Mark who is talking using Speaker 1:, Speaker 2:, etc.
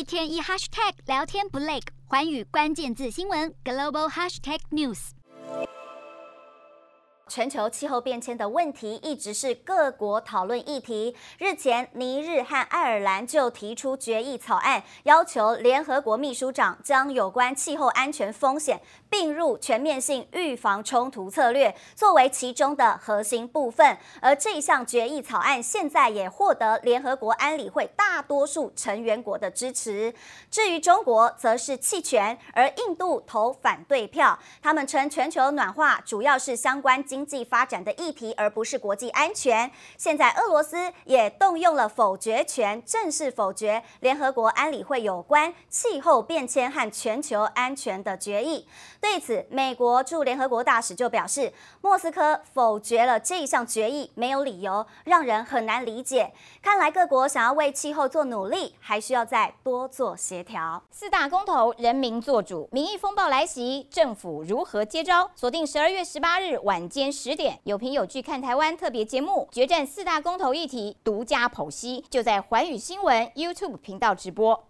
Speaker 1: 天一 hashtag 聊天不累，寰宇关键字新闻 global hashtag news。
Speaker 2: 全球气候变迁的问题一直是各国讨论议题。日前，尼日和爱尔兰就提出决议草案，要求联合国秘书长将有关气候安全风险并入全面性预防冲突策略，作为其中的核心部分。而这一项决议草案现在也获得联合国安理会大多数成员国的支持。至于中国，则是弃权，而印度投反对票。他们称全球暖化主要是相关经济发展的议题，而不是国际安全。现在俄罗斯也动用了否决权，正式否决联合国安理会有关气候变迁和全球安全的决议。对此，美国驻联合国大使就表示，莫斯科否决了这一项决议没有理由，让人很难理解。看来各国想要为气候做努力，还需要再多做协调。
Speaker 3: 4大公投，人民做主，民意风暴来袭，政府如何接招？锁定12月18日晚间10点，有凭有据看台湾特别节目《决战4大公投议题》独家剖析，就在寰宇新闻 YouTube 频道直播。